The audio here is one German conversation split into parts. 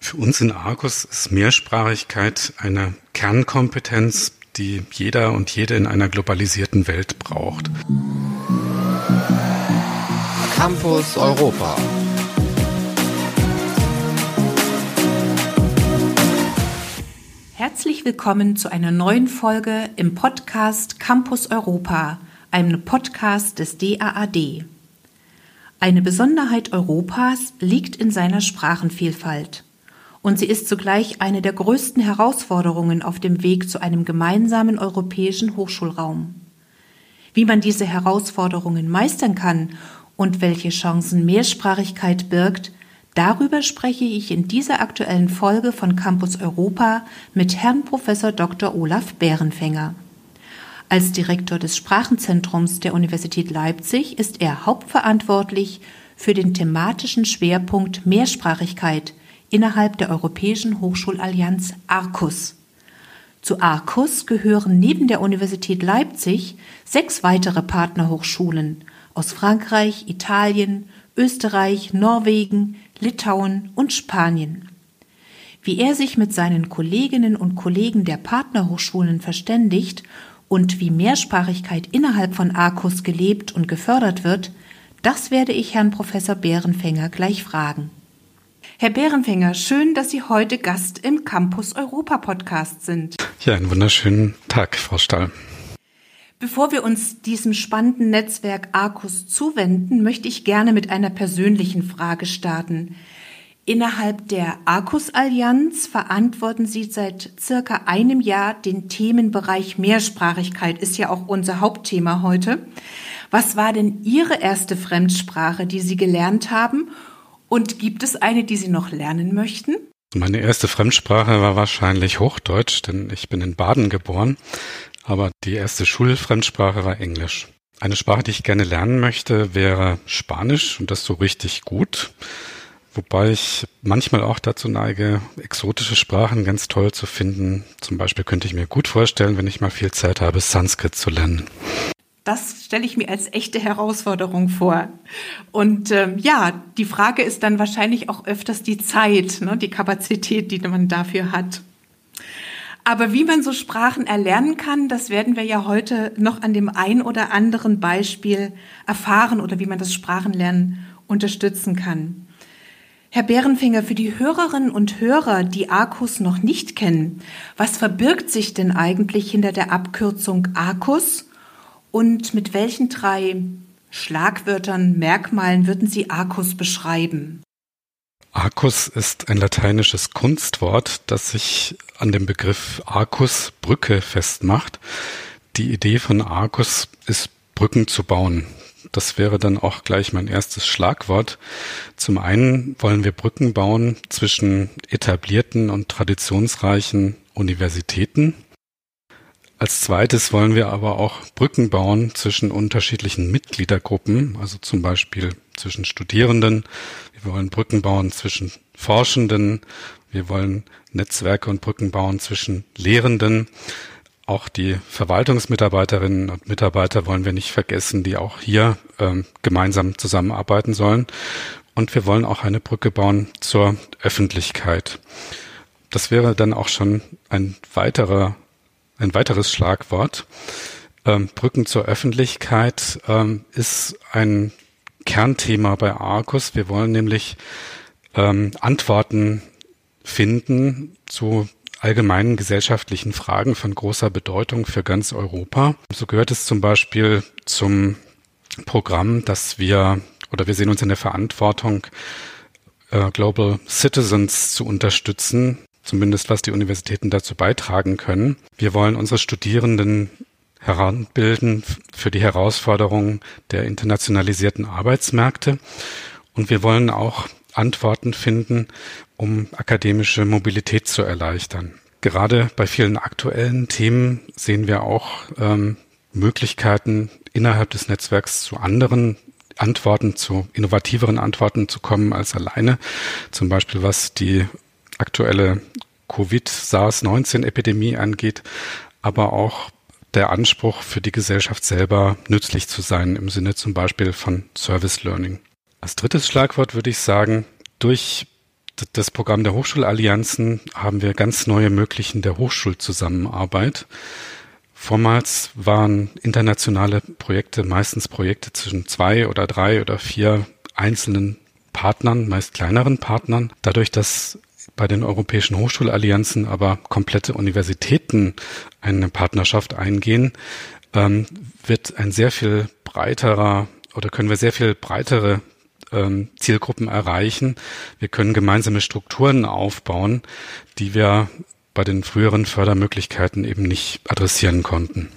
Für uns in Arcus ist Mehrsprachigkeit eine Kernkompetenz, die jeder und jede in einer globalisierten Welt braucht. Campus Europa. Herzlich willkommen zu einer neuen Folge im Podcast Campus Europa, einem Podcast des DAAD. Eine Besonderheit Europas liegt in seiner Sprachenvielfalt. Und sie ist zugleich eine der größten Herausforderungen auf dem Weg zu einem gemeinsamen europäischen Hochschulraum. Wie man diese Herausforderungen meistern kann und welche Chancen Mehrsprachigkeit birgt, darüber spreche ich in dieser aktuellen Folge von Campus Europa mit Herrn Prof. Dr. Olaf Bärenfänger. Als Direktor des Sprachenzentrums der Universität Leipzig ist er hauptverantwortlich für den thematischen Schwerpunkt Mehrsprachigkeit innerhalb der Europäischen Hochschulallianz Arcus. Zu Arcus gehören neben der Universität Leipzig 6 weitere Partnerhochschulen aus Frankreich, Italien, Österreich, Norwegen, Litauen und Spanien. Wie er sich mit seinen Kolleginnen und Kollegen der Partnerhochschulen verständigt und wie Mehrsprachigkeit innerhalb von Arcus gelebt und gefördert wird, das werde ich Herrn Professor Bärenfänger gleich fragen. Herr Bärenfänger, schön, dass Sie heute Gast im Campus Europa Podcast sind. Ja, einen wunderschönen Tag, Frau Stahl. Bevor wir uns diesem spannenden Netzwerk Arcus zuwenden, möchte ich gerne mit einer persönlichen Frage starten. Innerhalb der Arcus-Allianz verantworten Sie seit circa einem Jahr den Themenbereich Mehrsprachigkeit, ist ja auch unser Hauptthema heute. Was war denn Ihre erste Fremdsprache, die Sie gelernt haben? Und gibt es eine, die Sie noch lernen möchten? Meine erste Fremdsprache war wahrscheinlich Hochdeutsch, denn ich bin in Baden geboren. Aber die erste Schulfremdsprache war Englisch. Eine Sprache, die ich gerne lernen möchte, wäre Spanisch und das so richtig gut. Wobei ich manchmal auch dazu neige, exotische Sprachen ganz toll zu finden. Zum Beispiel könnte ich mir gut vorstellen, wenn ich mal viel Zeit habe, Sanskrit zu lernen. Das stelle ich mir als echte Herausforderung vor. Und die Frage ist dann wahrscheinlich auch öfters die Zeit, die Kapazität, die man dafür hat. Aber wie man so Sprachen erlernen kann, das werden wir ja heute noch an dem ein oder anderen Beispiel erfahren oder wie man das Sprachenlernen unterstützen kann. Herr Bärenfänger, für die Hörerinnen und Hörer, die Arcus noch nicht kennen, was verbirgt sich denn eigentlich hinter der Abkürzung Arcus und mit welchen 3 Schlagwörtern, Merkmalen würden Sie Arcus beschreiben? Arcus ist ein lateinisches Kunstwort, das sich an dem Begriff Arcus, Brücke, festmacht. Die Idee von Arcus ist, Brücken zu bauen. Das wäre dann auch gleich mein erstes Schlagwort. Zum einen wollen wir Brücken bauen zwischen etablierten und traditionsreichen Universitäten. Als zweites wollen wir aber auch Brücken bauen zwischen unterschiedlichen Mitgliedergruppen, also zum Beispiel zwischen Studierenden. Wir wollen Brücken bauen zwischen Forschenden. Wir wollen Netzwerke und Brücken bauen zwischen Lehrenden. Auch die Verwaltungsmitarbeiterinnen und Mitarbeiter wollen wir nicht vergessen, die auch hier gemeinsam zusammenarbeiten sollen. Und wir wollen auch eine Brücke bauen zur Öffentlichkeit. Das wäre dann auch schon ein weiteres Schlagwort. Brücken zur Öffentlichkeit ist ein Kernthema bei Arcus. Wir wollen nämlich Antworten finden zu allgemeinen gesellschaftlichen Fragen von großer Bedeutung für ganz Europa. So gehört es zum Beispiel zum Programm, wir sehen uns in der Verantwortung, Global Citizens zu unterstützen, zumindest was die Universitäten dazu beitragen können. Wir wollen unsere Studierenden heranbilden für die Herausforderungen der internationalisierten Arbeitsmärkte und wir wollen auch Antworten finden, um akademische Mobilität zu erleichtern. Gerade bei vielen aktuellen Themen sehen wir auch Möglichkeiten, innerhalb des Netzwerks zu anderen Antworten, zu innovativeren Antworten zu kommen als alleine. Zum Beispiel was die aktuelle Covid-SARS-19-Epidemie angeht, aber auch der Anspruch für die Gesellschaft selber nützlich zu sein, im Sinne zum Beispiel von Service Learning. Als drittes Schlagwort würde ich sagen, durch das Programm der Hochschulallianzen haben wir ganz neu ermöglichen der Hochschulzusammenarbeit. Vormals waren internationale Projekte meistens Projekte zwischen 2 oder 3 oder 4 einzelnen Partnern, meist kleineren Partnern. Dadurch, dass bei den europäischen Hochschulallianzen aber komplette Universitäten eine Partnerschaft eingehen, wird ein sehr viel breiterer oder können wir sehr viel breitere Zielgruppen erreichen. Wir können gemeinsame Strukturen aufbauen, die wir bei den früheren Fördermöglichkeiten eben nicht adressieren konnten.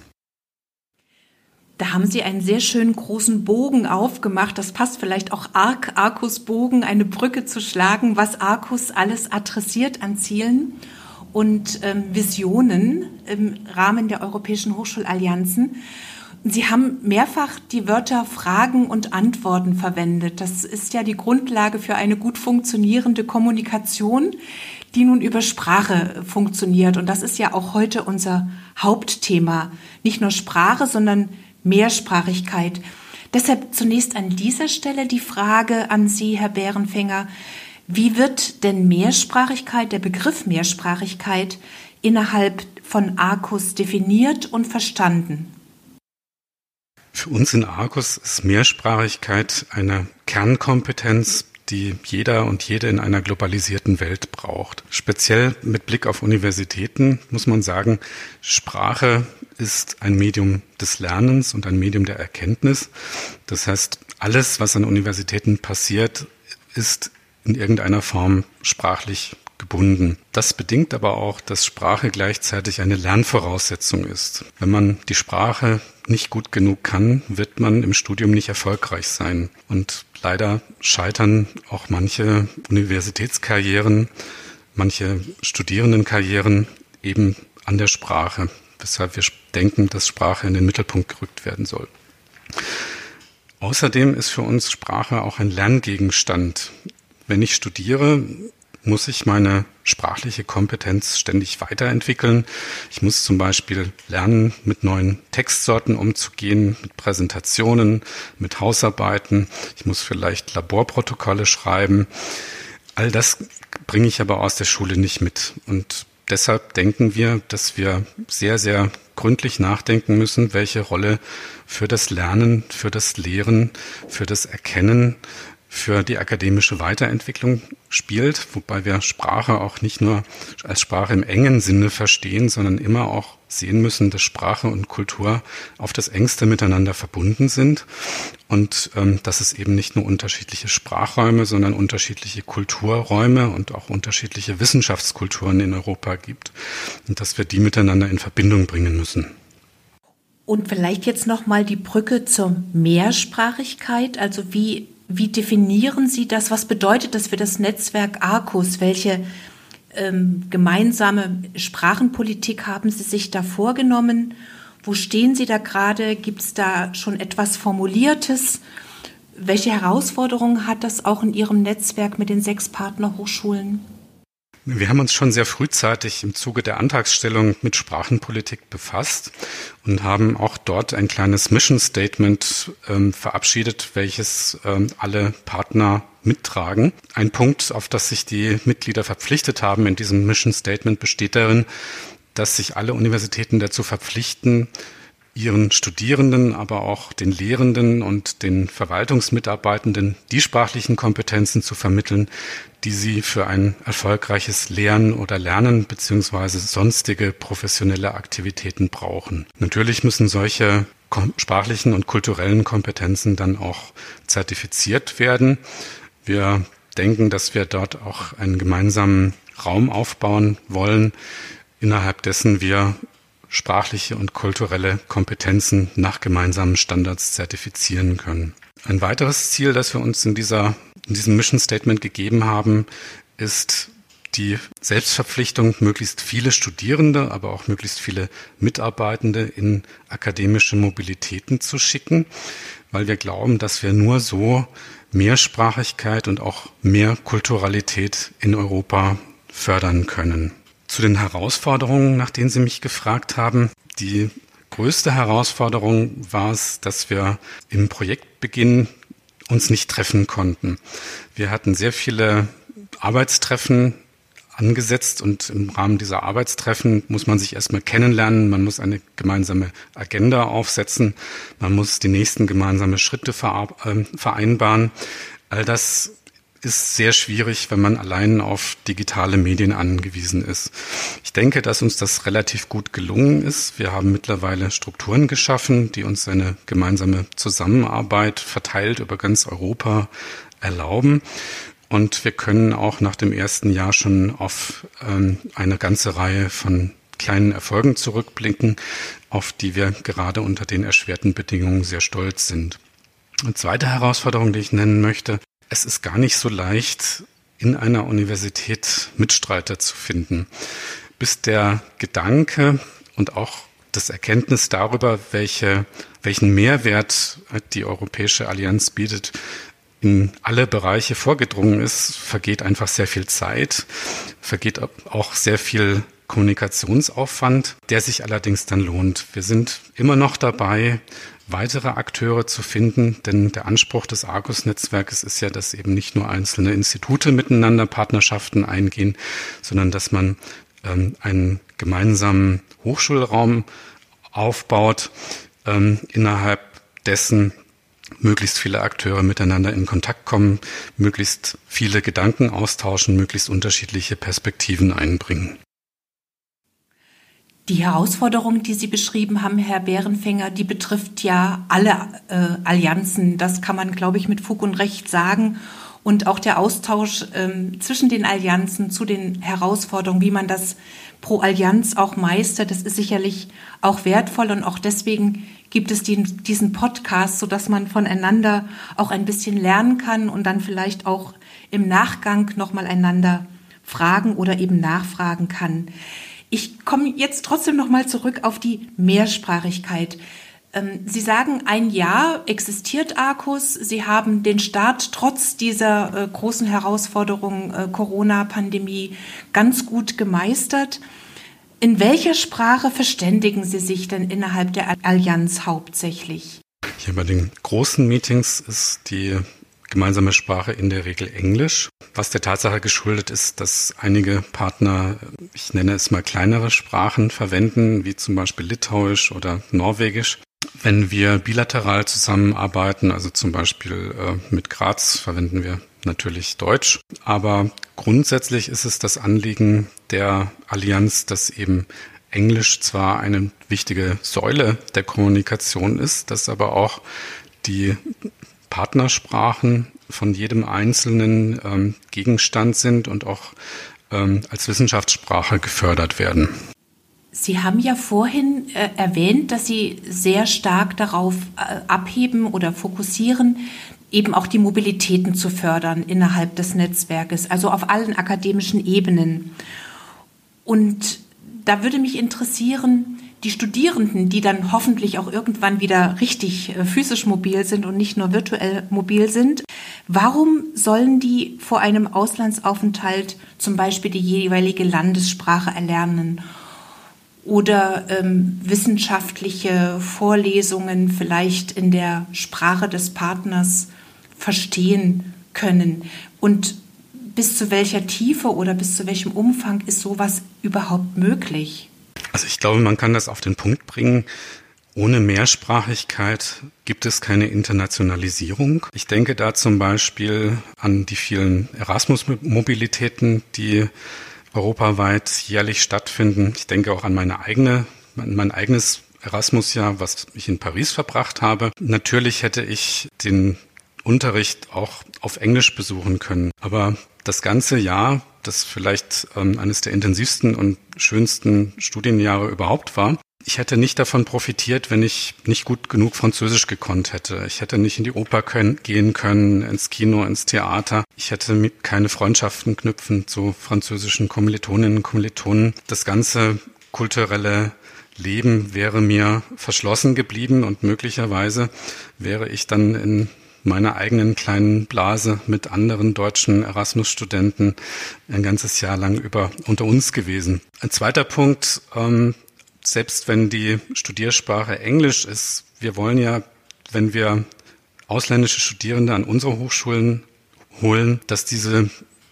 Da haben Sie einen sehr schönen großen Bogen aufgemacht. Das passt vielleicht auch Arcus-Bogen, eine Brücke zu schlagen, was Arcus alles adressiert an Zielen und Visionen im Rahmen der Europäischen Hochschulallianzen. Sie haben mehrfach die Wörter Fragen und Antworten verwendet. Das ist ja die Grundlage für eine gut funktionierende Kommunikation, die nun über Sprache funktioniert. Und das ist ja auch heute unser Hauptthema. Nicht nur Sprache, sondern Mehrsprachigkeit. Deshalb zunächst an dieser Stelle die Frage an Sie, Herr Bärenfänger. Wie wird denn Mehrsprachigkeit, der Begriff Mehrsprachigkeit, innerhalb von Arcus definiert und verstanden? Für uns in Arcus ist Mehrsprachigkeit eine Kernkompetenz, die jeder und jede in einer globalisierten Welt braucht. Speziell mit Blick auf Universitäten muss man sagen, Sprache ist ein Medium des Lernens und ein Medium der Erkenntnis. Das heißt, alles, was an Universitäten passiert, ist in irgendeiner Form sprachlich gebunden. Das bedingt aber auch, dass Sprache gleichzeitig eine Lernvoraussetzung ist. Wenn man die Sprache nicht gut genug kann, wird man im Studium nicht erfolgreich sein. Und leider scheitern auch manche Universitätskarrieren, manche Studierendenkarrieren eben an der Sprache, weshalb wir denken, dass Sprache in den Mittelpunkt gerückt werden soll. Außerdem ist für uns Sprache auch ein Lerngegenstand. Wenn ich studiere, muss ich meine sprachliche Kompetenz ständig weiterentwickeln. Ich muss zum Beispiel lernen, mit neuen Textsorten umzugehen, mit Präsentationen, mit Hausarbeiten. Ich muss vielleicht Laborprotokolle schreiben. All das bringe ich aber aus der Schule nicht mit. Und deshalb denken wir, dass wir sehr, sehr gründlich nachdenken müssen, welche Rolle für das Lernen, für das Lehren, für das Erkennen, für die akademische Weiterentwicklung spielt, wobei wir Sprache auch nicht nur als Sprache im engen Sinne verstehen, sondern immer auch sehen müssen, dass Sprache und Kultur auf das engste miteinander verbunden sind und dass es eben nicht nur unterschiedliche Sprachräume, sondern unterschiedliche Kulturräume und auch unterschiedliche Wissenschaftskulturen in Europa gibt und dass wir die miteinander in Verbindung bringen müssen. Und vielleicht jetzt nochmal die Brücke zur Mehrsprachigkeit, also wie definieren Sie das? Was bedeutet das für das Netzwerk Arcus? Welche gemeinsame Sprachenpolitik haben Sie sich da vorgenommen? Wo stehen Sie da gerade? Gibt es da schon etwas Formuliertes? Welche Herausforderungen hat das auch in Ihrem Netzwerk mit den 6 Partnerhochschulen? Wir haben uns schon sehr frühzeitig im Zuge der Antragstellung mit Sprachenpolitik befasst und haben auch dort ein kleines Mission Statement verabschiedet, welches alle Partner mittragen. Ein Punkt, auf das sich die Mitglieder verpflichtet haben in diesem Mission Statement, besteht darin, dass sich alle Universitäten dazu verpflichten, ihren Studierenden, aber auch den Lehrenden und den Verwaltungsmitarbeitenden die sprachlichen Kompetenzen zu vermitteln, die sie für ein erfolgreiches Lehren oder Lernen beziehungsweise sonstige professionelle Aktivitäten brauchen. Natürlich müssen solche sprachlichen und kulturellen Kompetenzen dann auch zertifiziert werden. Wir denken, dass wir dort auch einen gemeinsamen Raum aufbauen wollen, innerhalb dessen wir sprachliche und kulturelle Kompetenzen nach gemeinsamen Standards zertifizieren können. Ein weiteres Ziel, das wir uns in diesem Mission Statement gegeben haben, ist die Selbstverpflichtung, möglichst viele Studierende, aber auch möglichst viele Mitarbeitende in akademische Mobilitäten zu schicken, weil wir glauben, dass wir nur so Mehrsprachigkeit und auch mehr Kulturalität in Europa fördern können. Zu den Herausforderungen, nach denen Sie mich gefragt haben. Die größte Herausforderung war es, dass wir im Projektbeginn uns nicht treffen konnten. Wir hatten sehr viele Arbeitstreffen angesetzt und im Rahmen dieser Arbeitstreffen muss man sich erstmal kennenlernen, man muss eine gemeinsame Agenda aufsetzen, man muss die nächsten gemeinsamen Schritte vereinbaren. All das ist sehr schwierig, wenn man allein auf digitale Medien angewiesen ist. Ich denke, dass uns das relativ gut gelungen ist. Wir haben mittlerweile Strukturen geschaffen, die uns eine gemeinsame Zusammenarbeit verteilt über ganz Europa erlauben. Und wir können auch nach dem ersten Jahr schon auf eine ganze Reihe von kleinen Erfolgen zurückblicken, auf die wir gerade unter den erschwerten Bedingungen sehr stolz sind. Eine zweite Herausforderung, die ich nennen möchte: Es ist gar nicht so leicht, in einer Universität Mitstreiter zu finden, bis der Gedanke und auch das Erkenntnis darüber, welchen Mehrwert die Europäische Allianz bietet, in alle Bereiche vorgedrungen ist, vergeht einfach sehr viel Zeit, vergeht auch sehr viel Kommunikationsaufwand, der sich allerdings dann lohnt. Wir sind immer noch dabei, weitere Akteure zu finden, denn der Anspruch des Arcus-Netzwerkes ist ja, dass eben nicht nur einzelne Institute miteinander Partnerschaften eingehen, sondern dass man einen gemeinsamen Hochschulraum aufbaut, innerhalb dessen möglichst viele Akteure miteinander in Kontakt kommen, möglichst viele Gedanken austauschen, möglichst unterschiedliche Perspektiven einbringen. Die Herausforderung, die Sie beschrieben haben, Herr Bärenfänger, die betrifft ja alle Allianzen. Das kann man, glaube ich, mit Fug und Recht sagen. Und auch der Austausch zwischen den Allianzen zu den Herausforderungen, wie man das pro Allianz auch meistert, das ist sicherlich auch wertvoll. Und auch deswegen gibt es diesen Podcast, sodass man voneinander auch ein bisschen lernen kann und dann vielleicht auch im Nachgang nochmal einander fragen oder eben nachfragen kann. Ich komme jetzt trotzdem nochmal zurück auf die Mehrsprachigkeit. Sie sagen, ein Jahr existiert Arcus. Sie haben den Start trotz dieser großen Herausforderung Corona-Pandemie ganz gut gemeistert. In welcher Sprache verständigen Sie sich denn innerhalb der Allianz hauptsächlich? Hier bei den großen Meetings ist die gemeinsame Sprache in der Regel Englisch, was der Tatsache geschuldet ist, dass einige Partner, ich nenne es mal kleinere Sprachen verwenden, wie zum Beispiel Litauisch oder Norwegisch. Wenn wir bilateral zusammenarbeiten, also zum Beispiel mit Graz, verwenden wir natürlich Deutsch. Aber grundsätzlich ist es das Anliegen der Allianz, dass eben Englisch zwar eine wichtige Säule der Kommunikation ist, dass aber auch die Partnersprachen von jedem einzelnen Gegenstand sind und auch als Wissenschaftssprache gefördert werden. Sie haben ja vorhin erwähnt, dass Sie sehr stark darauf abheben oder fokussieren, eben auch die Mobilitäten zu fördern innerhalb des Netzwerkes, also auf allen akademischen Ebenen. Und da würde mich interessieren, die Studierenden, die dann hoffentlich auch irgendwann wieder richtig physisch mobil sind und nicht nur virtuell mobil sind, warum sollen die vor einem Auslandsaufenthalt zum Beispiel die jeweilige Landessprache erlernen? Oder wissenschaftliche Vorlesungen vielleicht in der Sprache des Partners verstehen können? Und bis zu welcher Tiefe oder bis zu welchem Umfang ist sowas überhaupt möglich? Also ich glaube, man kann das auf den Punkt bringen. Ohne Mehrsprachigkeit gibt es keine Internationalisierung. Ich denke da zum Beispiel an die vielen Erasmus-Mobilitäten, die europaweit jährlich stattfinden. Ich denke auch an mein eigenes Erasmus-Jahr, was ich in Paris verbracht habe. Natürlich hätte ich den Unterricht auch auf Englisch besuchen können. Aber das ganze Jahr, das vielleicht eines der intensivsten und schönsten Studienjahre überhaupt war, ich hätte nicht davon profitiert, wenn ich nicht gut genug Französisch gekonnt hätte. Ich hätte nicht in die Oper gehen können, ins Kino, ins Theater. Ich hätte keine Freundschaften knüpfen zu französischen Kommilitoninnen und Kommilitonen. Das ganze kulturelle Leben wäre mir verschlossen geblieben und möglicherweise wäre ich dann in meiner eigenen kleinen Blase mit anderen deutschen Erasmus-Studenten ein ganzes Jahr lang unter uns gewesen. Ein zweiter Punkt, selbst wenn die Studiersprache Englisch ist, wir wollen ja, wenn wir ausländische Studierende an unsere Hochschulen holen, dass diese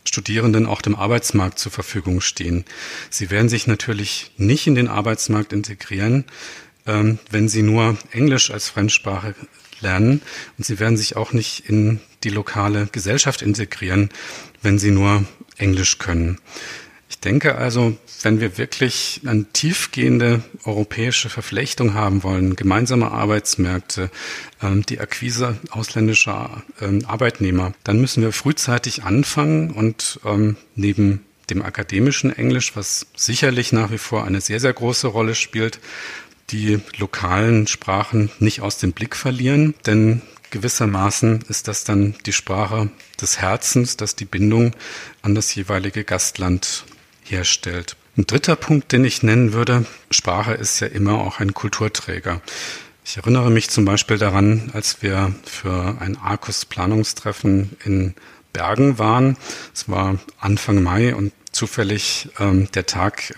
Studierenden auch dem Arbeitsmarkt zur Verfügung stehen. Sie werden sich natürlich nicht in den Arbeitsmarkt integrieren, wenn sie nur Englisch als Fremdsprache lernen, und sie werden sich auch nicht in die lokale Gesellschaft integrieren, wenn sie nur Englisch können. Ich denke also, wenn wir wirklich eine tiefgehende europäische Verflechtung haben wollen, gemeinsame Arbeitsmärkte, die Akquise ausländischer Arbeitnehmer, dann müssen wir frühzeitig anfangen und neben dem akademischen Englisch, was sicherlich nach wie vor eine sehr, sehr große Rolle spielt, die lokalen Sprachen nicht aus dem Blick verlieren, denn gewissermaßen ist das dann die Sprache des Herzens, das die Bindung an das jeweilige Gastland herstellt. Ein dritter Punkt, den ich nennen würde: Sprache ist ja immer auch ein Kulturträger. Ich erinnere mich zum Beispiel daran, als wir für ein ARCUS-Planungstreffen in Bergen waren. Es war Anfang Mai und zufällig der Tag,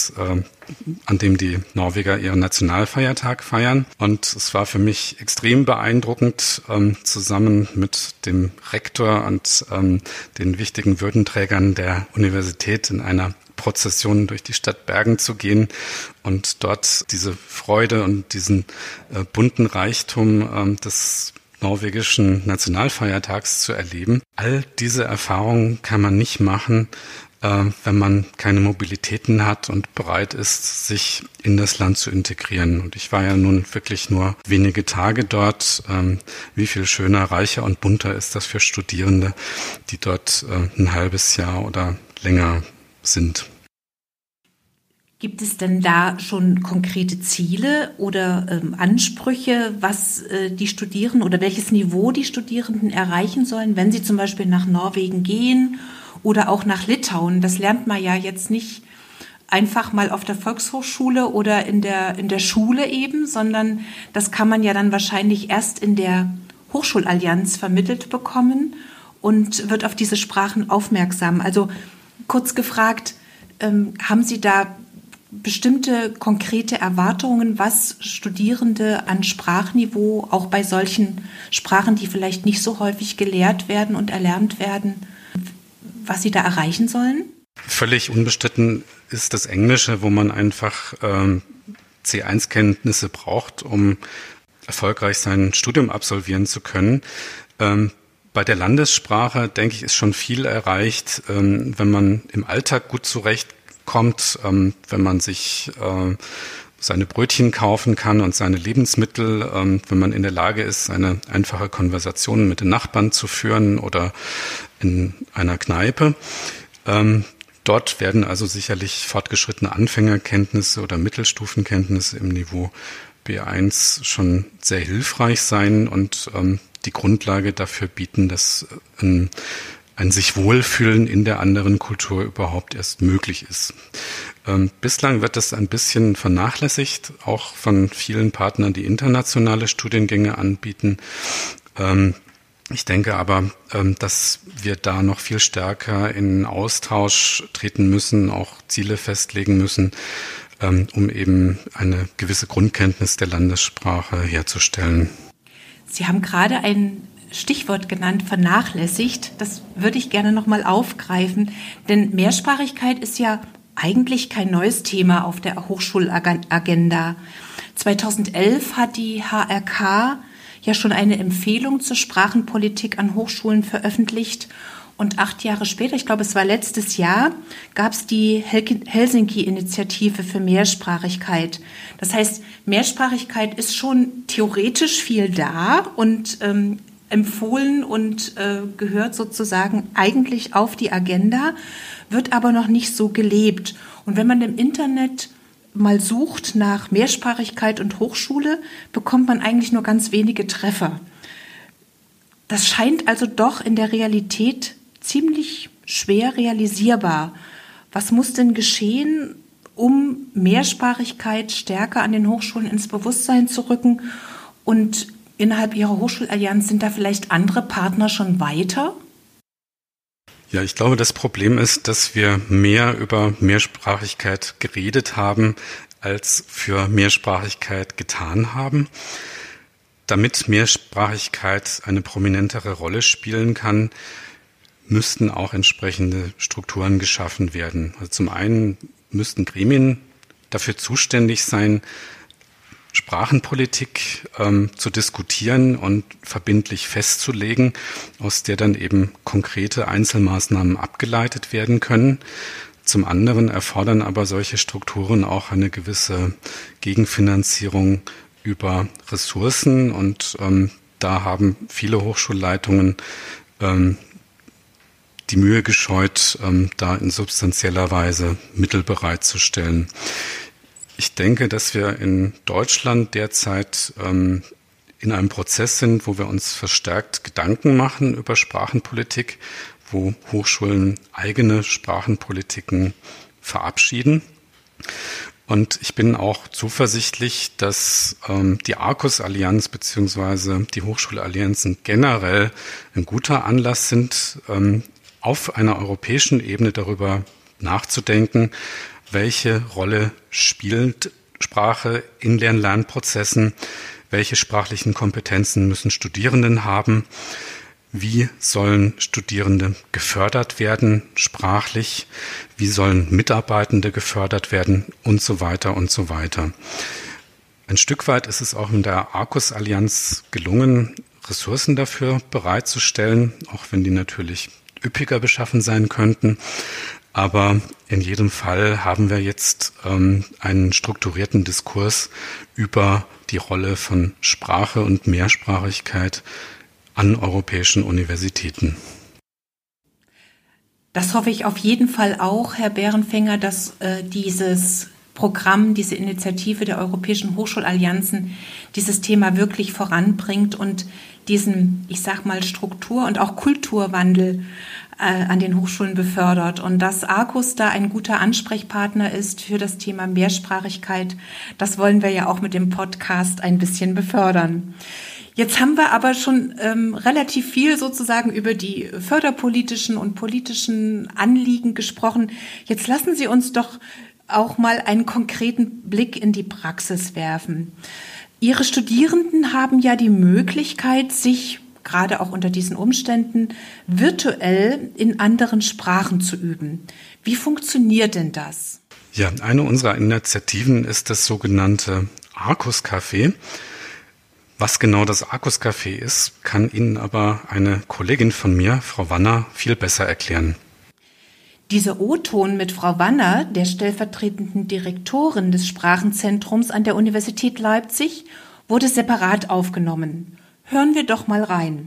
an dem die Norweger ihren Nationalfeiertag feiern. Und es war für mich extrem beeindruckend, zusammen mit dem Rektor und den wichtigen Würdenträgern der Universität in einer Prozession durch die Stadt Bergen zu gehen und dort diese Freude und diesen bunten Reichtum des norwegischen Nationalfeiertags zu erleben. All diese Erfahrungen kann man nicht machen, wenn man keine Mobilitäten hat und bereit ist, sich in das Land zu integrieren. Und ich war ja nun wirklich nur wenige Tage dort. Wie viel schöner, reicher und bunter ist das für Studierende, die dort ein halbes Jahr oder länger sind. Gibt es denn da schon konkrete Ziele oder Ansprüche, was die Studierenden oder welches Niveau die Studierenden erreichen sollen, wenn sie zum Beispiel nach Norwegen gehen oder auch nach Litauen? Das lernt man ja jetzt nicht einfach mal auf der Volkshochschule oder in der Schule eben, sondern das kann man ja dann wahrscheinlich erst in der Hochschulallianz vermittelt bekommen und wird auf diese Sprachen aufmerksam. Also kurz gefragt, haben Sie da bestimmte konkrete Erwartungen, was Studierende an Sprachniveau auch bei solchen Sprachen, die vielleicht nicht so häufig gelehrt werden und erlernt werden, was sie da erreichen sollen? Völlig unbestritten ist das Englische, wo man einfach C1-Kenntnisse braucht, um erfolgreich sein Studium absolvieren zu können. Bei der Landessprache, denke ich, ist schon viel erreicht, wenn man im Alltag gut zurechtkommt, wenn man sich seine Brötchen kaufen kann und seine Lebensmittel, wenn man in der Lage ist, eine einfache Konversation mit den Nachbarn zu führen oder in einer Kneipe. Dort werden also sicherlich fortgeschrittene Anfängerkenntnisse oder Mittelstufenkenntnisse im Niveau B1 schon sehr hilfreich sein und die Grundlage dafür bieten, dass ein sich wohlfühlen in der anderen Kultur überhaupt erst möglich ist. Bislang wird das ein bisschen vernachlässigt, auch von vielen Partnern, die internationale Studiengänge anbieten. Ich denke aber, dass wir da noch viel stärker in Austausch treten müssen, auch Ziele festlegen müssen, um eben eine gewisse Grundkenntnis der Landessprache herzustellen. Sie haben gerade ein Stichwort genannt, vernachlässigt. Das würde ich gerne noch mal aufgreifen, denn Mehrsprachigkeit ist ja eigentlich kein neues Thema auf der Hochschulagenda. 2011 hat die HRK ja schon eine Empfehlung zur Sprachenpolitik an Hochschulen veröffentlicht. Und 8 Jahre später, ich glaube, es war letztes Jahr, gab es die Helsinki-Initiative für Mehrsprachigkeit. Das heißt, Mehrsprachigkeit ist schon theoretisch viel da und empfohlen und gehört sozusagen eigentlich auf die Agenda, wird aber noch nicht so gelebt. Und wenn man im Internet mal sucht nach Mehrsprachigkeit und Hochschule, bekommt man eigentlich nur ganz wenige Treffer. Das scheint also doch in der Realität ziemlich schwer realisierbar. Was muss denn geschehen, um Mehrsprachigkeit stärker an den Hochschulen ins Bewusstsein zu rücken? Und innerhalb Ihrer Hochschulallianz sind da vielleicht andere Partner schon weiter? Ja, ich glaube, das Problem ist, dass wir mehr über Mehrsprachigkeit geredet haben, als für Mehrsprachigkeit getan haben. Damit Mehrsprachigkeit eine prominentere Rolle spielen kann, müssten auch entsprechende Strukturen geschaffen werden. Also zum einen müssten Gremien dafür zuständig sein, Sprachenpolitik zu diskutieren und verbindlich festzulegen, aus der dann eben konkrete Einzelmaßnahmen abgeleitet werden können. Zum anderen erfordern aber solche Strukturen auch eine gewisse Gegenfinanzierung über Ressourcen und da haben viele Hochschulleitungen die Mühe gescheut, da in substanzieller Weise Mittel bereitzustellen. Ich denke, dass wir in Deutschland derzeit in einem Prozess sind, wo wir uns verstärkt Gedanken machen über Sprachenpolitik, wo Hochschulen eigene Sprachenpolitiken verabschieden. Und ich bin auch zuversichtlich, dass die Arcus-Allianz bzw. die Hochschulallianzen generell ein guter Anlass sind, auf einer europäischen Ebene darüber nachzudenken, welche Rolle spielt Sprache in Lernprozessen, welche sprachlichen Kompetenzen müssen Studierenden haben, wie sollen Studierende gefördert werden sprachlich, wie sollen Mitarbeitende gefördert werden und so weiter und so weiter. Ein Stück weit ist es auch in der Arcus-Allianz gelungen, Ressourcen dafür bereitzustellen, auch wenn die natürlich üppiger beschaffen sein könnten. Aber in jedem Fall haben wir jetzt einen strukturierten Diskurs über die Rolle von Sprache und Mehrsprachigkeit an europäischen Universitäten. Das hoffe ich auf jeden Fall auch, Herr Bärenfänger, dass dieses Programm, diese Initiative der Europäischen Hochschulallianzen dieses Thema wirklich voranbringt und diesen, ich sag mal, Struktur- und auch Kulturwandel an den Hochschulen befördert. Und dass Arcus da ein guter Ansprechpartner ist für das Thema Mehrsprachigkeit, das wollen wir ja auch mit dem Podcast ein bisschen befördern. Jetzt haben wir aber schon relativ viel sozusagen über die förderpolitischen und politischen Anliegen gesprochen. Jetzt lassen Sie uns doch auch mal einen konkreten Blick in die Praxis werfen. Ihre Studierenden haben ja die Möglichkeit, sich gerade auch unter diesen Umständen virtuell in anderen Sprachen zu üben. Wie funktioniert denn das? Ja, eine unserer Initiativen ist das sogenannte Arcus Café. Was genau das Arcus Café ist, kann Ihnen aber eine Kollegin von mir, Frau Wanner, viel besser erklären. Dieser O-Ton mit Frau Wanner, der stellvertretenden Direktorin des Sprachenzentrums an der Universität Leipzig, wurde separat aufgenommen. Hören wir doch mal rein.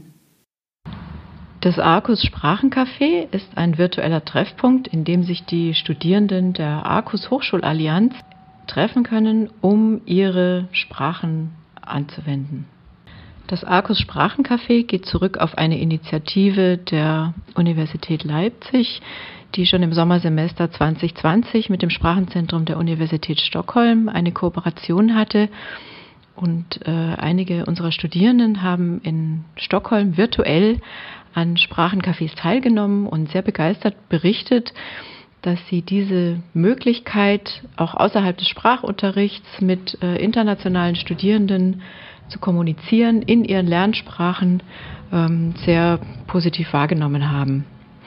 Das Arcus Sprachencafé ist ein virtueller Treffpunkt, in dem sich die Studierenden der Arcus Hochschulallianz treffen können, um ihre Sprachen anzuwenden. Das Arcus Sprachencafé geht zurück auf eine Initiative der Universität Leipzig, die schon im Sommersemester 2020 mit dem Sprachenzentrum der Universität Stockholm eine Kooperation hatte. Und einige unserer Studierenden haben in Stockholm virtuell an Sprachencafés teilgenommen und sehr begeistert berichtet, dass sie diese Möglichkeit, auch außerhalb des Sprachunterrichts mit internationalen Studierenden zu kommunizieren in ihren Lernsprachen, sehr positiv wahrgenommen haben.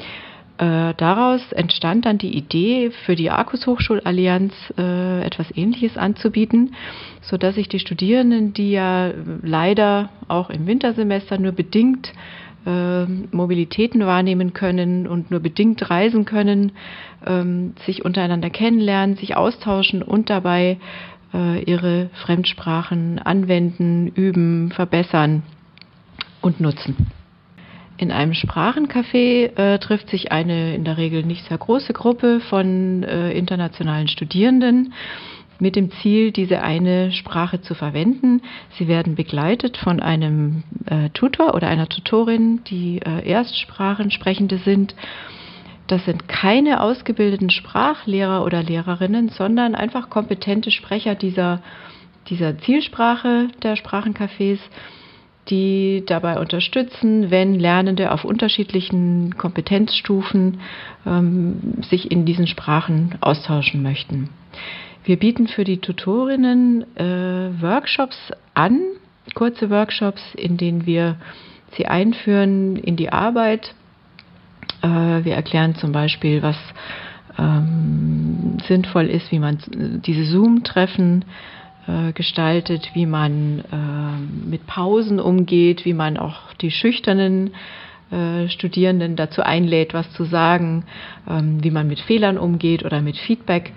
Daraus entstand dann die Idee, für die Arcus Hochschulallianz etwas Ähnliches anzubieten, sodass sich die Studierenden, die ja leider auch im Wintersemester nur bedingt Mobilitäten wahrnehmen können und nur bedingt reisen können, sich untereinander kennenlernen, sich austauschen und dabei ihre Fremdsprachen anwenden, üben, verbessern und nutzen. In einem Sprachencafé trifft sich eine in der Regel nicht sehr große Gruppe von internationalen Studierenden mit dem Ziel, diese eine Sprache zu verwenden. Sie werden begleitet von einem Tutor oder einer Tutorin, die Erstsprachensprechende sind. Das sind keine ausgebildeten Sprachlehrer oder Lehrerinnen, sondern einfach kompetente Sprecher dieser Zielsprache der Sprachencafés, die dabei unterstützen, wenn Lernende auf unterschiedlichen Kompetenzstufen sich in diesen Sprachen austauschen möchten. Wir bieten für die Tutorinnen Workshops an, kurze Workshops, in denen wir sie einführen in die Arbeit Wir erklären zum Beispiel, was sinnvoll ist, wie man diese Zoom-Treffen gestaltet, wie man mit Pausen umgeht, wie man auch die schüchternen Studierenden dazu einlädt, was zu sagen, wie man mit Fehlern umgeht oder mit Feedback.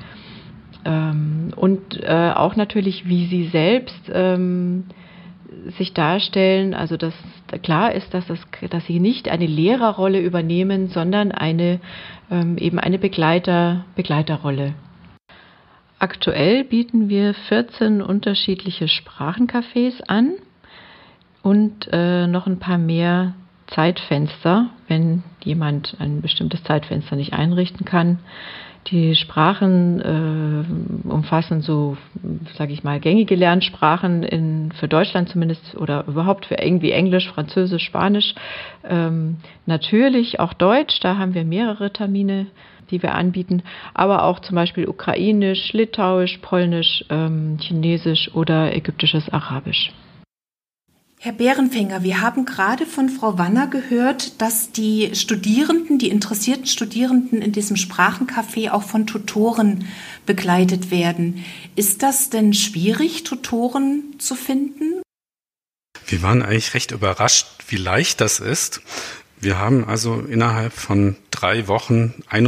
Und auch natürlich, wie sie selbst sich darstellen, also dass klar ist, dass sie nicht eine Lehrerrolle übernehmen, sondern eben eine Begleiterrolle. Aktuell bieten wir 14 unterschiedliche Sprachencafés an und noch ein paar mehr Zeitfenster, wenn jemand ein bestimmtes Zeitfenster nicht einrichten kann. Die Sprachen umfassen so, sage ich mal, gängige Lernsprachen für Deutschland zumindest oder überhaupt für irgendwie Englisch, Französisch, Spanisch. Natürlich auch Deutsch, da haben wir mehrere Termine, die wir anbieten, aber auch zum Beispiel Ukrainisch, Litauisch, Polnisch, Chinesisch oder ägyptisches Arabisch. Herr Bärenfänger, wir haben gerade von Frau Wanner gehört, dass die interessierten Studierenden in diesem Sprachencafé auch von Tutoren begleitet werden. Ist das denn schwierig, Tutoren zu finden? Wir waren eigentlich recht überrascht, wie leicht das ist. Wir haben also innerhalb von 3 Wochen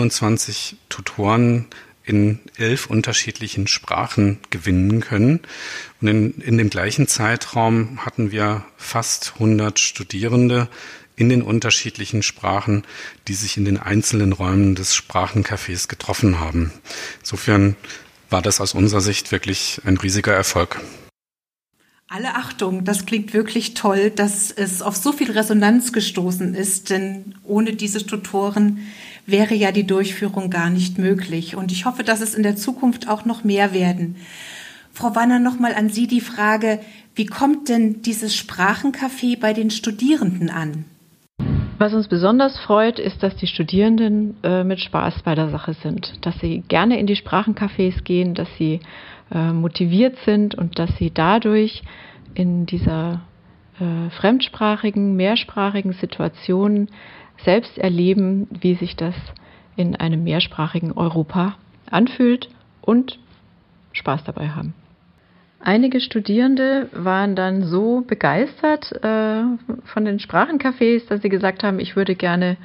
21 Tutoren in 11 unterschiedlichen Sprachen gewinnen können. Und in dem gleichen Zeitraum hatten wir fast 100 Studierende in den unterschiedlichen Sprachen, die sich in den einzelnen Räumen des Sprachencafés getroffen haben. Insofern war das aus unserer Sicht wirklich ein riesiger Erfolg. Alle Achtung, das klingt wirklich toll, dass es auf so viel Resonanz gestoßen ist, denn ohne diese Tutoren wäre ja die Durchführung gar nicht möglich. Und ich hoffe, dass es in der Zukunft auch noch mehr werden. Frau Wanner, nochmal an Sie die Frage, wie kommt denn dieses Sprachencafé bei den Studierenden an? Was uns besonders freut, ist, dass die Studierenden mit Spaß bei der Sache sind, dass sie gerne in die Sprachencafés gehen, dass sie motiviert sind und dass sie dadurch in dieser fremdsprachigen, mehrsprachigen Situation selbst erleben, wie sich das in einem mehrsprachigen Europa anfühlt und Spaß dabei haben. Einige Studierende waren dann so begeistert von den Sprachencafés, dass sie gesagt haben, ich würde gerne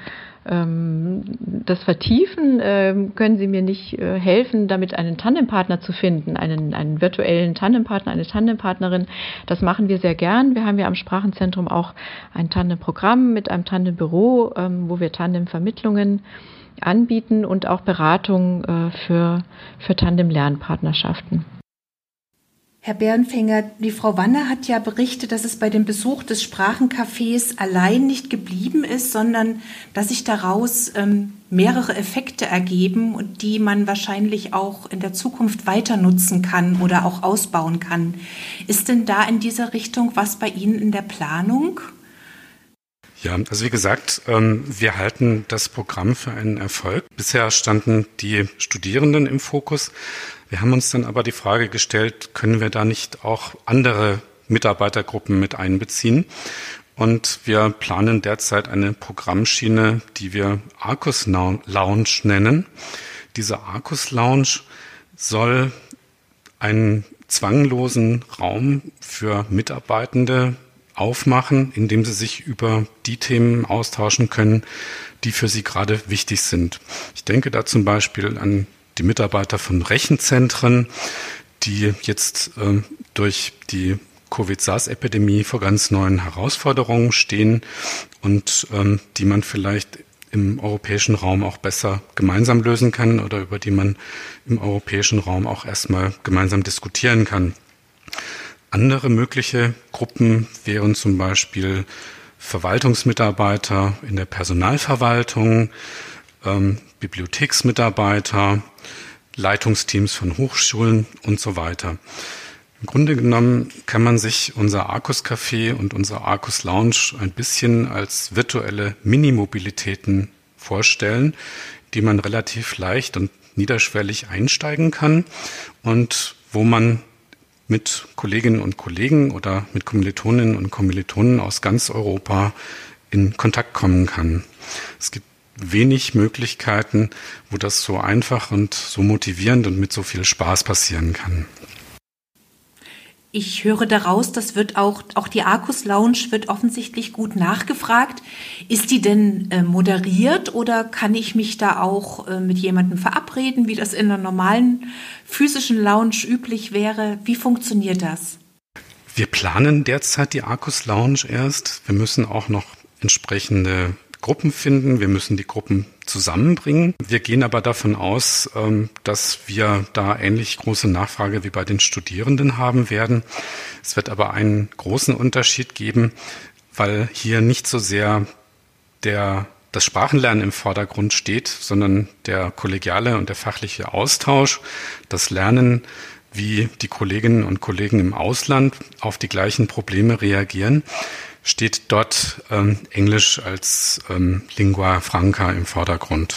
das vertiefen. Können Sie mir nicht helfen, damit einen Tandempartner zu finden, einen virtuellen Tandempartner, eine Tandempartnerin? Das machen wir sehr gern. Wir haben ja am Sprachenzentrum auch ein Tandemprogramm mit einem Tandembüro, wo wir Tandemvermittlungen anbieten und auch Beratung für Tandem-Lernpartnerschaften. Herr Bärenfänger, die Frau Wanner hat ja berichtet, dass es bei dem Besuch des Sprachencafés allein nicht geblieben ist, sondern dass sich daraus mehrere Effekte ergeben und die man wahrscheinlich auch in der Zukunft weiter nutzen kann oder auch ausbauen kann. Ist denn da in dieser Richtung was bei Ihnen in der Planung? Ja, also wie gesagt, wir halten das Programm für einen Erfolg. Bisher standen die Studierenden im Fokus. Wir haben uns dann aber die Frage gestellt, können wir da nicht auch andere Mitarbeitergruppen mit einbeziehen? Und wir planen derzeit eine Programmschiene, die wir Arcus Lounge nennen. Diese Arcus Lounge soll einen zwanglosen Raum für Mitarbeitende aufmachen, indem sie sich über die Themen austauschen können, die für sie gerade wichtig sind. Ich denke da zum Beispiel an die Mitarbeiter von Rechenzentren, die jetzt durch die Covid-SARS-Epidemie vor ganz neuen Herausforderungen stehen und die man vielleicht im europäischen Raum auch besser gemeinsam lösen kann oder über die man im europäischen Raum auch erstmal gemeinsam diskutieren kann. Andere mögliche Gruppen wären zum Beispiel Verwaltungsmitarbeiter in der Personalverwaltung, Bibliotheksmitarbeiter, Leitungsteams von Hochschulen und so weiter. Im Grunde genommen kann man sich unser Arcus Café und unsere Arcus Lounge ein bisschen als virtuelle Minimobilitäten vorstellen, die man relativ leicht und niederschwellig einsteigen kann und wo man mit Kolleginnen und Kollegen oder mit Kommilitoninnen und Kommilitonen aus ganz Europa in Kontakt kommen kann. Es gibt wenig Möglichkeiten, wo das so einfach und so motivierend und mit so viel Spaß passieren kann. Ich höre daraus, das wird auch die Arcus Lounge wird offensichtlich gut nachgefragt. Ist die denn moderiert oder kann ich mich da auch mit jemandem verabreden, wie das in einer normalen physischen Lounge üblich wäre? Wie funktioniert das? Wir planen derzeit die Arcus Lounge erst. Wir müssen auch noch entsprechende Gruppen finden. Wir müssen die Gruppen zusammenbringen. Wir gehen aber davon aus, dass wir da ähnlich große Nachfrage wie bei den Studierenden haben werden. Es wird aber einen großen Unterschied geben, weil hier nicht so sehr das Sprachenlernen im Vordergrund steht, sondern der kollegiale und der fachliche Austausch, das Lernen, wie die Kolleginnen und Kollegen im Ausland auf die gleichen Probleme reagieren, steht dort Englisch als Lingua Franca im Vordergrund.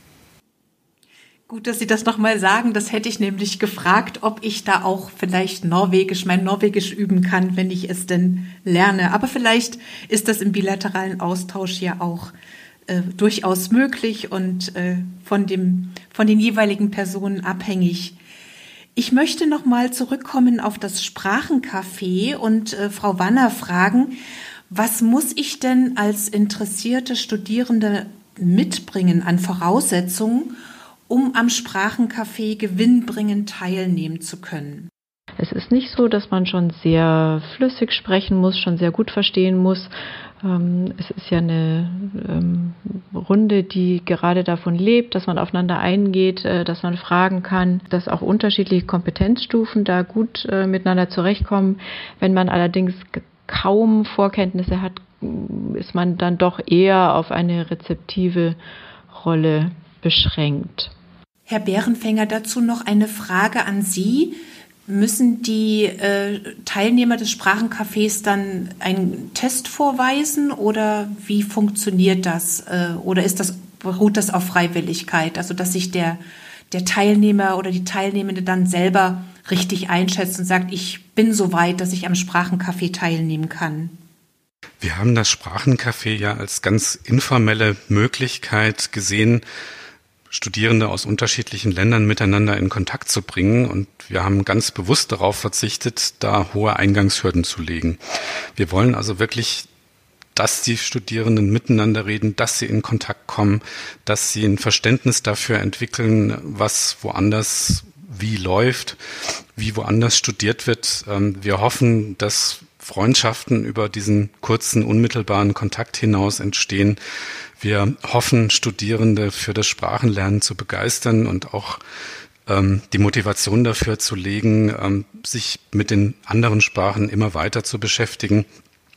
Gut, dass Sie das nochmal sagen. Das hätte ich nämlich gefragt, ob ich da auch vielleicht mein Norwegisch üben kann, wenn ich es denn lerne. Aber vielleicht ist das im bilateralen Austausch ja auch durchaus möglich und von den jeweiligen Personen abhängig. Ich möchte nochmal zurückkommen auf das Sprachencafé und Frau Wanner fragen, was muss ich denn als interessierte Studierende mitbringen an Voraussetzungen, um am Sprachencafé gewinnbringend teilnehmen zu können? Es ist nicht so, dass man schon sehr flüssig sprechen muss, schon sehr gut verstehen muss. Es ist ja eine Runde, die gerade davon lebt, dass man aufeinander eingeht, dass man fragen kann, dass auch unterschiedliche Kompetenzstufen da gut miteinander zurechtkommen. Wenn man allerdings kaum Vorkenntnisse hat, ist man dann doch eher auf eine rezeptive Rolle beschränkt. Herr Bärenfänger, dazu noch eine Frage an Sie. Müssen die Teilnehmer des Sprachencafés dann einen Test vorweisen oder wie funktioniert das? Oder beruht das auf Freiwilligkeit? Also dass sich der Teilnehmer oder die Teilnehmende dann selber richtig einschätzt und sagt, ich bin so weit, dass ich am Sprachencafé teilnehmen kann. Wir haben das Sprachencafé ja als ganz informelle Möglichkeit gesehen, Studierende aus unterschiedlichen Ländern miteinander in Kontakt zu bringen. Und wir haben ganz bewusst darauf verzichtet, da hohe Eingangshürden zu legen. Wir wollen also wirklich, dass die Studierenden miteinander reden, dass sie in Kontakt kommen, dass sie ein Verständnis dafür entwickeln, was woanders wie läuft, wie woanders studiert wird. Wir hoffen, dass Freundschaften über diesen kurzen, unmittelbaren Kontakt hinaus entstehen. Wir hoffen, Studierende für das Sprachenlernen zu begeistern und auch die Motivation dafür zu legen, sich mit den anderen Sprachen immer weiter zu beschäftigen.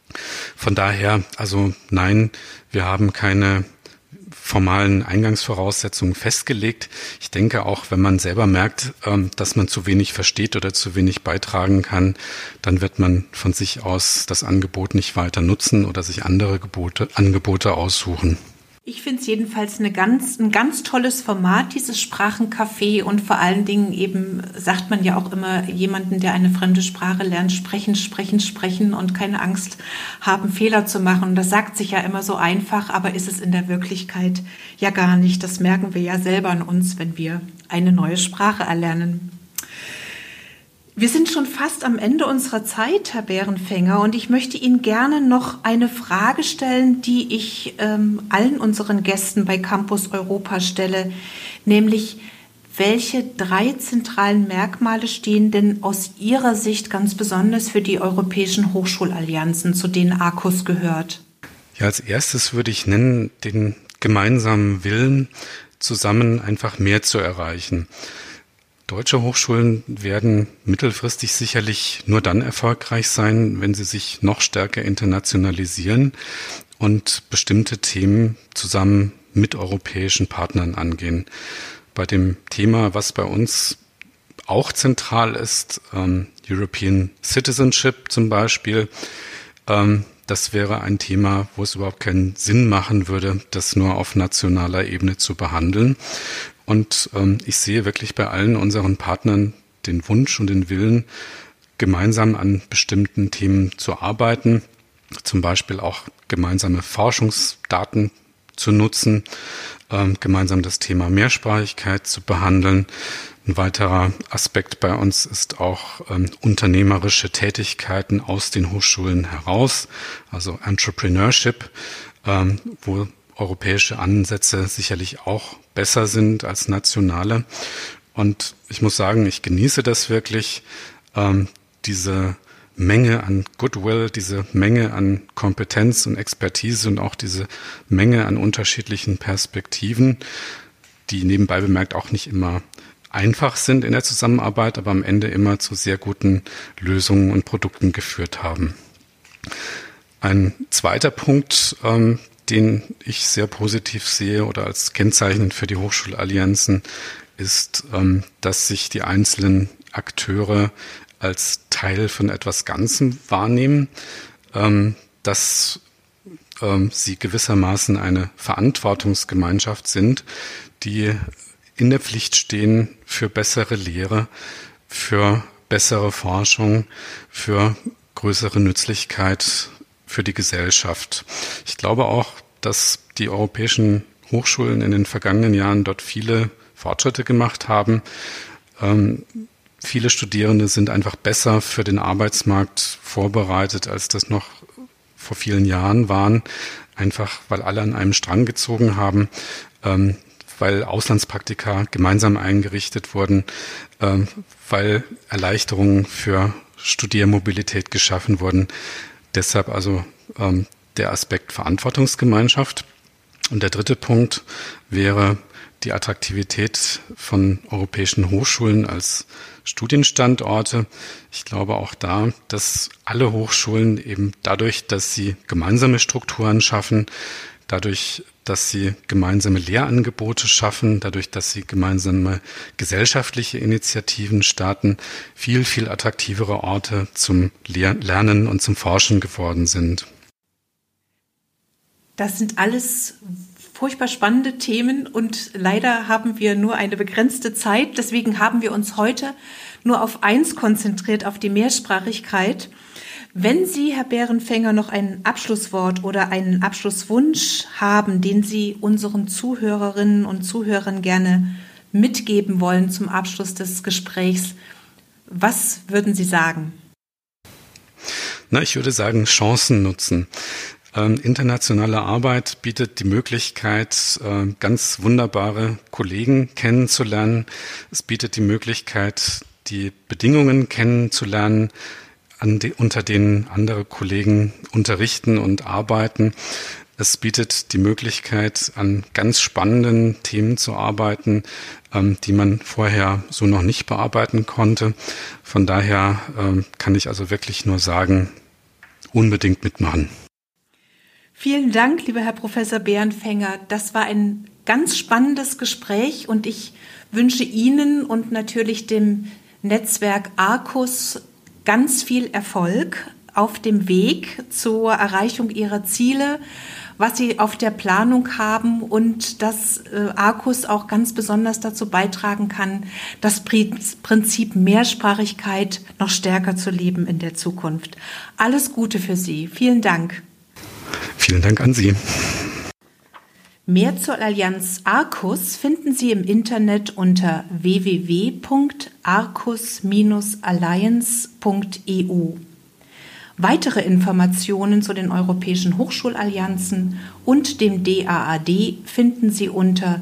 Von daher, also nein, wir haben keine formalen Eingangsvoraussetzungen festgelegt. Ich denke auch, wenn man selber merkt, dass man zu wenig versteht oder zu wenig beitragen kann, dann wird man von sich aus das Angebot nicht weiter nutzen oder sich andere Angebote aussuchen. Ich finde es jedenfalls ein ganz tolles Format, dieses Sprachencafé, und vor allen Dingen eben, sagt man ja auch immer, jemanden, der eine fremde Sprache lernt, sprechen und keine Angst haben, Fehler zu machen. Und das sagt sich ja immer so einfach, aber ist es in der Wirklichkeit ja gar nicht. Das merken wir ja selber an uns, wenn wir eine neue Sprache erlernen. Wir sind schon fast am Ende unserer Zeit, Herr Bärenfänger, und ich möchte Ihnen gerne noch eine Frage stellen, die ich allen unseren Gästen bei Campus Europa stelle, nämlich welche 3 zentralen Merkmale stehen denn aus Ihrer Sicht ganz besonders für die europäischen Hochschulallianzen, zu denen Arcus gehört? Ja, als erstes würde ich nennen den gemeinsamen Willen, zusammen einfach mehr zu erreichen. Deutsche Hochschulen werden mittelfristig sicherlich nur dann erfolgreich sein, wenn sie sich noch stärker internationalisieren und bestimmte Themen zusammen mit europäischen Partnern angehen. Bei dem Thema, was bei uns auch zentral ist, European Citizenship zum Beispiel, das wäre ein Thema, wo es überhaupt keinen Sinn machen würde, das nur auf nationaler Ebene zu behandeln. Und ich sehe wirklich bei allen unseren Partnern den Wunsch und den Willen, gemeinsam an bestimmten Themen zu arbeiten, zum Beispiel auch gemeinsame Forschungsdaten zu nutzen, gemeinsam das Thema Mehrsprachigkeit zu behandeln. Ein weiterer Aspekt bei uns ist auch unternehmerische Tätigkeiten aus den Hochschulen heraus, also Entrepreneurship, wo europäische Ansätze sicherlich auch besser sind als nationale. Und ich muss sagen, ich genieße das wirklich, diese Menge an Goodwill, diese Menge an Kompetenz und Expertise und auch diese Menge an unterschiedlichen Perspektiven, die nebenbei bemerkt auch nicht immer einfach sind in der Zusammenarbeit, aber am Ende immer zu sehr guten Lösungen und Produkten geführt haben. Ein zweiter Punkt, den ich sehr positiv sehe oder als kennzeichnend für die Hochschulallianzen, ist, dass sich die einzelnen Akteure als Teil von etwas Ganzem wahrnehmen, dass sie gewissermaßen eine Verantwortungsgemeinschaft sind, die in der Pflicht stehen für bessere Lehre, für bessere Forschung, für größere Nützlichkeit für die Gesellschaft. Ich glaube auch, dass die europäischen Hochschulen in den vergangenen Jahren dort viele Fortschritte gemacht haben. Viele Studierende sind einfach besser für den Arbeitsmarkt vorbereitet, als das noch vor vielen Jahren waren, einfach weil alle an einem Strang gezogen haben, weil Auslandspraktika gemeinsam eingerichtet wurden, weil Erleichterungen für Studiermobilität geschaffen wurden. Deshalb also der Aspekt Verantwortungsgemeinschaft. Und der dritte Punkt wäre die Attraktivität von europäischen Hochschulen als Studienstandorte. Ich glaube auch da, dass alle Hochschulen eben dadurch, dass sie gemeinsame Strukturen schaffen, dadurch, dass sie gemeinsame Lehrangebote schaffen, dadurch, dass sie gemeinsame gesellschaftliche Initiativen starten, viel, viel attraktivere Orte zum Lernen und zum Forschen geworden sind. Das sind alles furchtbar spannende Themen und leider haben wir nur eine begrenzte Zeit. Deswegen haben wir uns heute nur auf eins konzentriert, auf die Mehrsprachigkeit. Wenn Sie, Herr Bärenfänger, noch ein Abschlusswort oder einen Abschlusswunsch haben, den Sie unseren Zuhörerinnen und Zuhörern gerne mitgeben wollen zum Abschluss des Gesprächs, was würden Sie sagen? Ich würde sagen, Chancen nutzen. Internationale Arbeit bietet die Möglichkeit, ganz wunderbare Kollegen kennenzulernen. Es bietet die Möglichkeit, die Bedingungen kennenzulernen, unter denen andere Kollegen unterrichten und arbeiten. Es bietet die Möglichkeit, an ganz spannenden Themen zu arbeiten, die man vorher so noch nicht bearbeiten konnte. Von daher kann ich also wirklich nur sagen, unbedingt mitmachen. Vielen Dank, lieber Herr Professor Bärenfänger. Das war ein ganz spannendes Gespräch und ich wünsche Ihnen und natürlich dem Netzwerk Arcus ganz viel Erfolg auf dem Weg zur Erreichung Ihrer Ziele, was Sie auf der Planung haben und dass Arcus auch ganz besonders dazu beitragen kann, das Prinzip Mehrsprachigkeit noch stärker zu leben in der Zukunft. Alles Gute für Sie. Vielen Dank. Vielen Dank an Sie. Mehr zur Allianz Arcus finden Sie im Internet unter www.arcus-alliance.eu. Weitere Informationen zu den europäischen Hochschulallianzen und dem DAAD finden Sie unter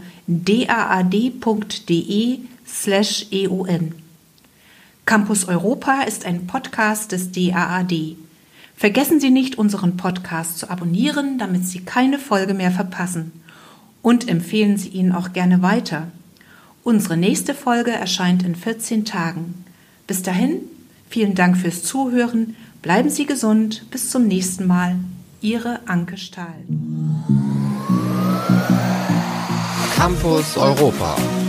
daad.de/eun. Campus Europa ist ein Podcast des DAAD. Vergessen Sie nicht, unseren Podcast zu abonnieren, damit Sie keine Folge mehr verpassen. Und empfehlen Sie ihn auch gerne weiter. Unsere nächste Folge erscheint in 14 Tagen. Bis dahin, vielen Dank fürs Zuhören. Bleiben Sie gesund. Bis zum nächsten Mal. Ihre Anke Stahl. Campus Europa.